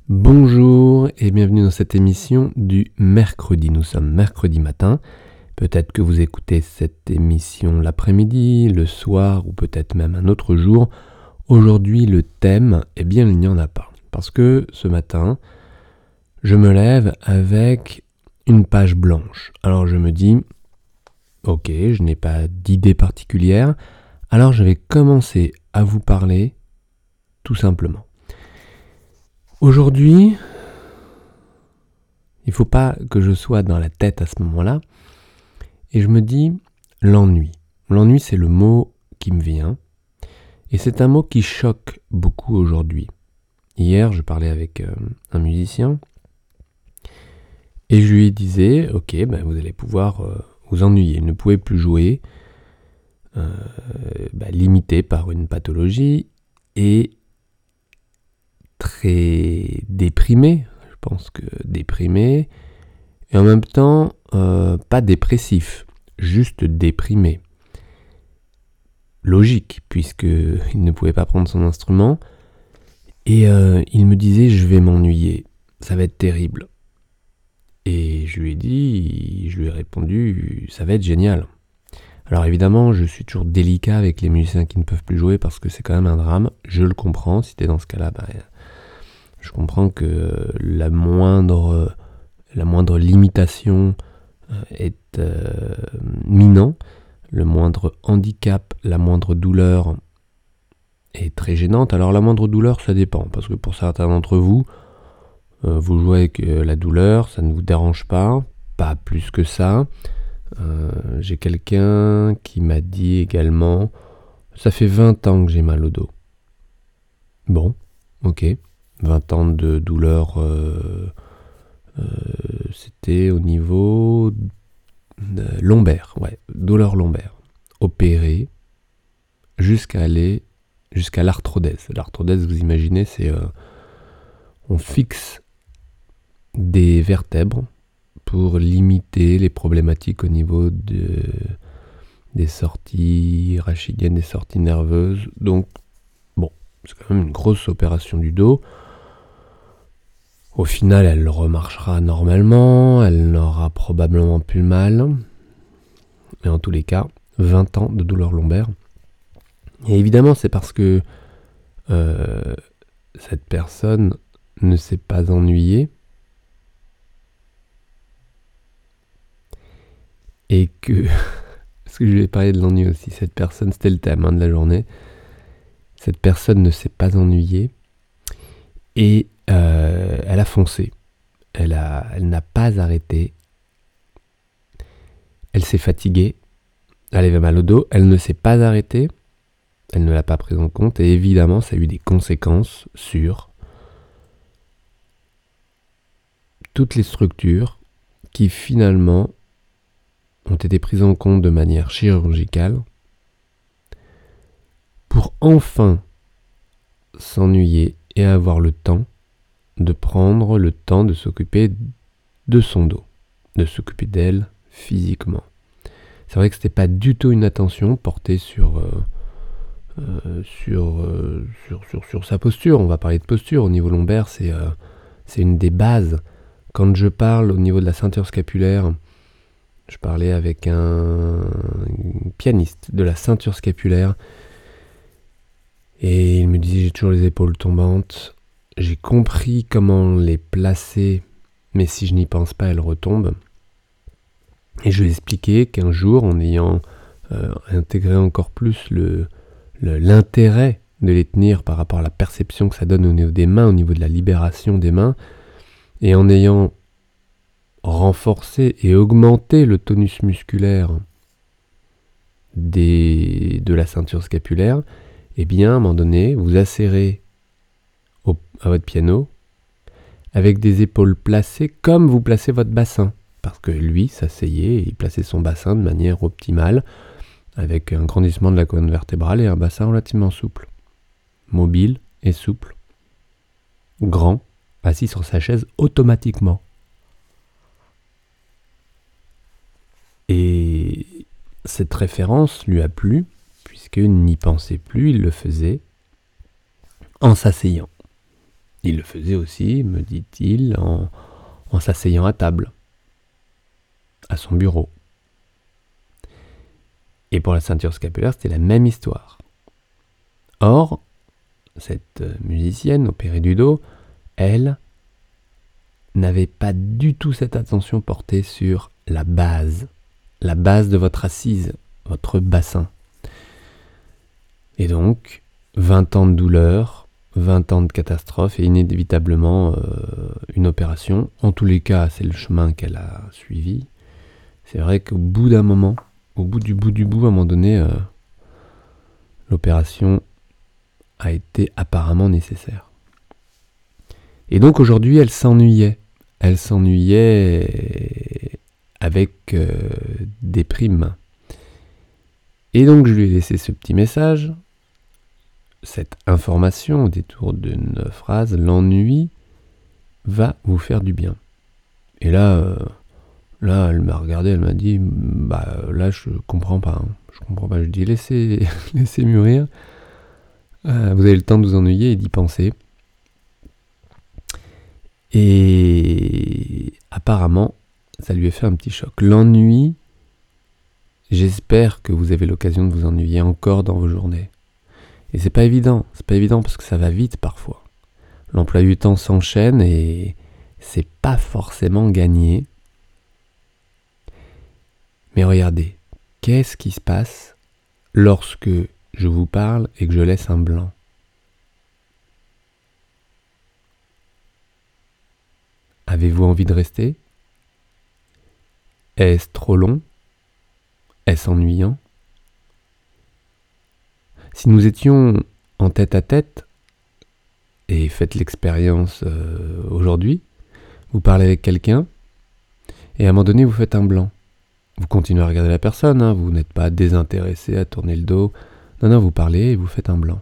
Bonjour et bienvenue dans cette émission du mercredi. Nous sommes mercredi matin. Peut-être que vous écoutez cette émission l'après-midi, le soir ou peut-être même un autre jour. Aujourd'hui, le thème, il n'y en a pas. Parce que ce matin, je me lève avec une page blanche. Alors je me dis, ok, je n'ai pas d'idée particulière. Alors je vais commencer à vous parler tout simplement. Aujourd'hui, il ne faut pas que je sois dans la tête à ce moment-là. Et je me dis, l'ennui. L'ennui, c'est le mot qui me vient. Et c'est un mot qui choque beaucoup aujourd'hui. Hier, je parlais avec un musicien. Et je lui disais, ok, vous allez pouvoir vous ennuyer. Il ne pouvait plus jouer, limité par une pathologie. Et très déprimé, je pense que déprimé, et en même temps pas dépressif, juste déprimé. Logique, puisqu'il ne pouvait pas prendre son instrument, et il me disait je vais m'ennuyer, ça va être terrible. Et je lui ai répondu ça va être génial. Alors évidemment, je suis toujours délicat avec les musiciens qui ne peuvent plus jouer parce que c'est quand même un drame, je le comprends, si t'es dans ce cas-là, je comprends que la moindre limitation est minant, le moindre handicap, la moindre douleur est très gênante. Alors la moindre douleur, ça dépend, parce que pour certains d'entre vous, vous jouez avec la douleur, ça ne vous dérange pas plus que ça. J'ai quelqu'un qui m'a dit également, ça fait 20 ans que j'ai mal au dos. Bon, ok. 20 ans de douleur, c'était au niveau lombaire, douleur lombaire. Opéré jusqu'à l'arthrodèse. L'arthrodèse, vous imaginez, c'est on fixe des vertèbres pour limiter les problématiques au niveau des sorties rachidiennes, des sorties nerveuses. Donc, c'est quand même une grosse opération du dos. Au final, elle remarchera normalement, elle n'aura probablement plus mal. Et en tous les cas, 20 ans de douleur lombaire. Et évidemment, c'est parce que cette personne ne s'est pas ennuyée. Et que, parce que je lui ai parlé de l'ennui aussi, cette personne, c'était le thème de la journée. Cette personne ne s'est pas ennuyée. Et elle a foncé. Elle n'a pas arrêté. Elle s'est fatiguée. Elle avait mal au dos. Elle ne s'est pas arrêtée. Elle ne l'a pas pris en compte. Et évidemment, ça a eu des conséquences sur toutes les structures qui finalement ont été prises en compte de manière chirurgicale pour enfin s'ennuyer et avoir le temps de prendre le temps de s'occuper de son dos, de s'occuper d'elle physiquement. C'est vrai que c'était pas du tout une attention portée sur sa posture. On va parler de posture. Au niveau lombaire, c'est une des bases. Quand je parle au niveau de la ceinture scapulaire, je parlais avec un pianiste de la ceinture scapulaire et il me disait j'ai toujours les épaules tombantes. J'ai compris comment les placer, mais si je n'y pense pas, elles retombent. Et je lui ai expliqué qu'un jour, en ayant intégré encore plus l'intérêt de les tenir par rapport à la perception que ça donne au niveau des mains, au niveau de la libération des mains, et en ayant renforcé et augmenté le tonus musculaire de la ceinture scapulaire, à un moment donné, vous acérez à votre piano avec des épaules placées comme vous placez votre bassin. Parce que lui s'asseyait et il plaçait son bassin de manière optimale avec un grandissement de la colonne vertébrale et un bassin relativement souple. Mobile et souple. Grand, assis sur sa chaise automatiquement. Et cette référence lui a plu puisqu'il n'y pensait plus, il le faisait en s'asseyant. Il le faisait aussi, me dit-il, en s'asseyant à table, à son bureau. Et pour la ceinture scapulaire, c'était la même histoire. Or, cette musicienne opérée du dos, elle, n'avait pas du tout cette attention portée sur la base de votre assise, votre bassin. Et donc, 20 ans de douleur, 20 ans de catastrophe et inévitablement une opération. En tous les cas, c'est le chemin qu'elle a suivi. C'est vrai qu'au bout d'un moment, au bout du bout, à un moment donné, l'opération a été apparemment nécessaire. Et donc aujourd'hui, elle s'ennuyait. Elle s'ennuyait avec des primes. Et donc je lui ai laissé ce petit message, cette information au détour d'une phrase, l'ennui va vous faire du bien. Et là, elle m'a regardé, elle m'a dit, là je comprends pas. Je comprends pas. Je dis laissez mûrir. Vous avez le temps de vous ennuyer et d'y penser. Et apparemment, ça lui a fait un petit choc. L'ennui, j'espère que vous avez l'occasion de vous ennuyer encore dans vos journées. Et c'est pas évident parce que ça va vite parfois. L'emploi du temps s'enchaîne et c'est pas forcément gagné. Mais regardez, qu'est-ce qui se passe lorsque je vous parle et que je laisse un blanc ? Avez-vous envie de rester ? Est-ce trop long ? Est-ce ennuyant ? Si nous étions en tête à tête, et faites l'expérience aujourd'hui, vous parlez avec quelqu'un, et à un moment donné vous faites un blanc. Vous continuez à regarder la personne, vous n'êtes pas désintéressé à tourner le dos. Non, vous parlez et vous faites un blanc.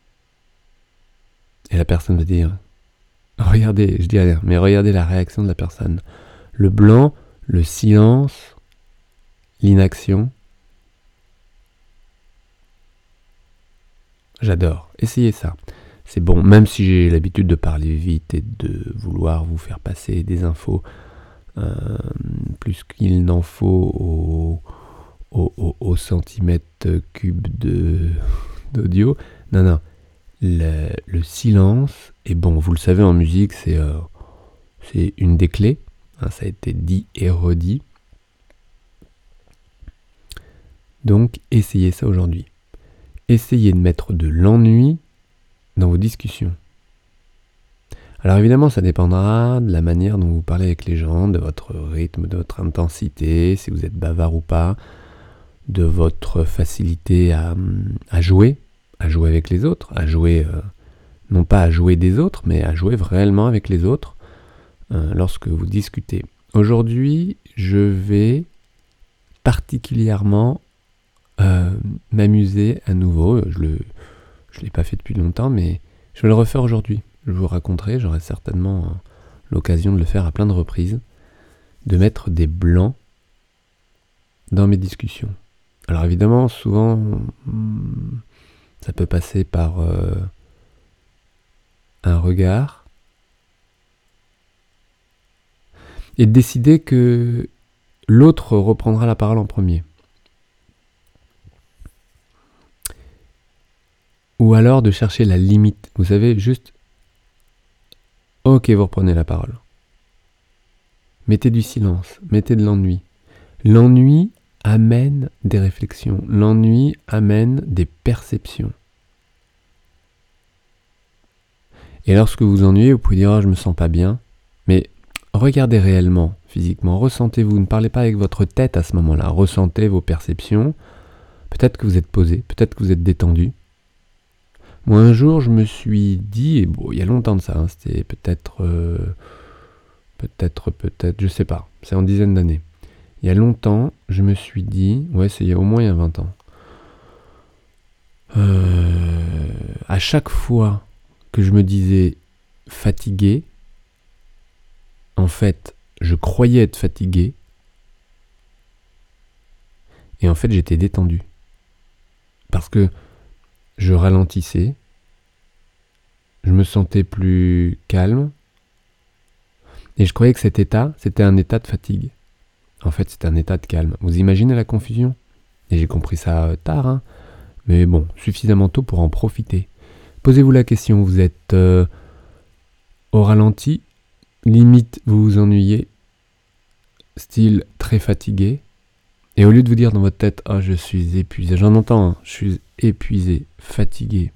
Et la personne va dire, regardez, je dis rien, mais regardez la réaction de la personne. Le blanc, le silence, l'inaction. J'adore, essayez ça. C'est bon, même si j'ai l'habitude de parler vite et de vouloir vous faire passer des infos plus qu'il n'en faut au centimètre cube d'audio. Non. Le silence est bon. Vous le savez, en musique, c'est une des clés. Ça a été dit et redit. Donc, essayez ça aujourd'hui. Essayez de mettre de l'ennui dans vos discussions. Alors évidemment, ça dépendra de la manière dont vous parlez avec les gens, de votre rythme, de votre intensité, si vous êtes bavard ou pas, de votre facilité à jouer avec les autres, à jouer, non pas à jouer des autres, mais à jouer réellement avec les autres lorsque vous discutez. Aujourd'hui, je vais particulièrement m'amuser à nouveau. Je l'ai pas fait depuis longtemps, mais je vais le refaire aujourd'hui. Je vous raconterai, j'aurai certainement l'occasion de le faire à plein de reprises, de mettre des blancs dans mes discussions. Alors évidemment, souvent, ça peut passer par un regard, et de décider que l'autre reprendra la parole en premier. Ou alors de chercher la limite. Vous savez, juste, ok, vous reprenez la parole. Mettez du silence, mettez de l'ennui. L'ennui amène des réflexions. L'ennui amène des perceptions. Et lorsque vous ennuyez, vous pouvez dire « je me sens pas bien ». Mais regardez réellement, physiquement, ressentez-vous. Ne parlez pas avec votre tête à ce moment-là. Ressentez vos perceptions. Peut-être que vous êtes posé, peut-être que vous êtes détendu. Moi, un jour, je me suis dit, et bon, il y a longtemps de ça, c'était peut-être, je sais pas, c'est en dizaines d'années. Il y a longtemps, je me suis dit, c'est au moins il y a 20 ans, à chaque fois que je me disais fatigué, en fait, je croyais être fatigué, et en fait, j'étais détendu. Parce que je ralentissais, je me sentais plus calme. Et je croyais que cet état, c'était un état de fatigue. En fait, c'est un état de calme. Vous imaginez la confusion? Et j'ai compris ça tard, hein. Mais bon, suffisamment tôt pour en profiter. Posez-vous la question, vous êtes au ralenti, limite vous vous ennuyez, style très fatigué, et au lieu de vous dire dans votre tête « Ah, je suis épuisé », j'en entends, hein, je suis épuisé, fatigué.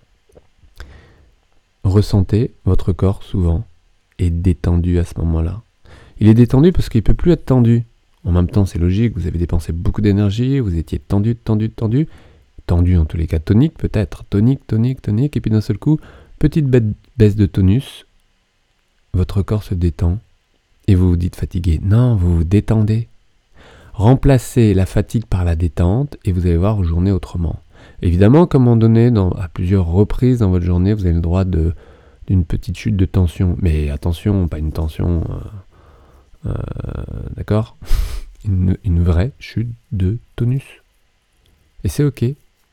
Ressentez votre corps souvent est détendu à ce moment-là. Il est détendu parce qu'il ne peut plus être tendu. En même temps, c'est logique, vous avez dépensé beaucoup d'énergie, vous étiez tendu en tous les cas tonique peut-être, tonique, et puis d'un seul coup, petite baisse de tonus, votre corps se détend, et vous vous dites fatigué. Non, vous vous détendez. Remplacez la fatigue par la détente, et vous allez voir vos journées autrement. Évidemment, comme on donnait à plusieurs reprises dans votre journée, vous avez le droit d'une petite chute de tension. Mais attention, pas une tension, d'accord, une vraie chute de tonus. Et c'est ok.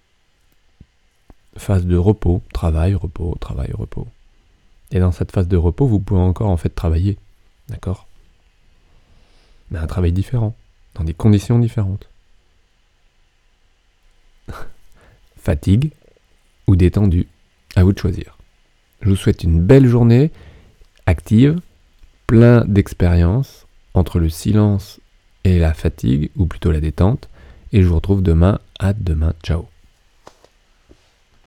Phase de repos, travail, repos. Et dans cette phase de repos, vous pouvez encore en fait travailler, d'accord? Mais un travail différent, dans des conditions différentes. Fatigue ou détendu, à vous de choisir. Je vous souhaite une belle journée, active, plein d'expériences entre le silence et la fatigue, ou plutôt la détente. Et je vous retrouve demain. À demain. Ciao.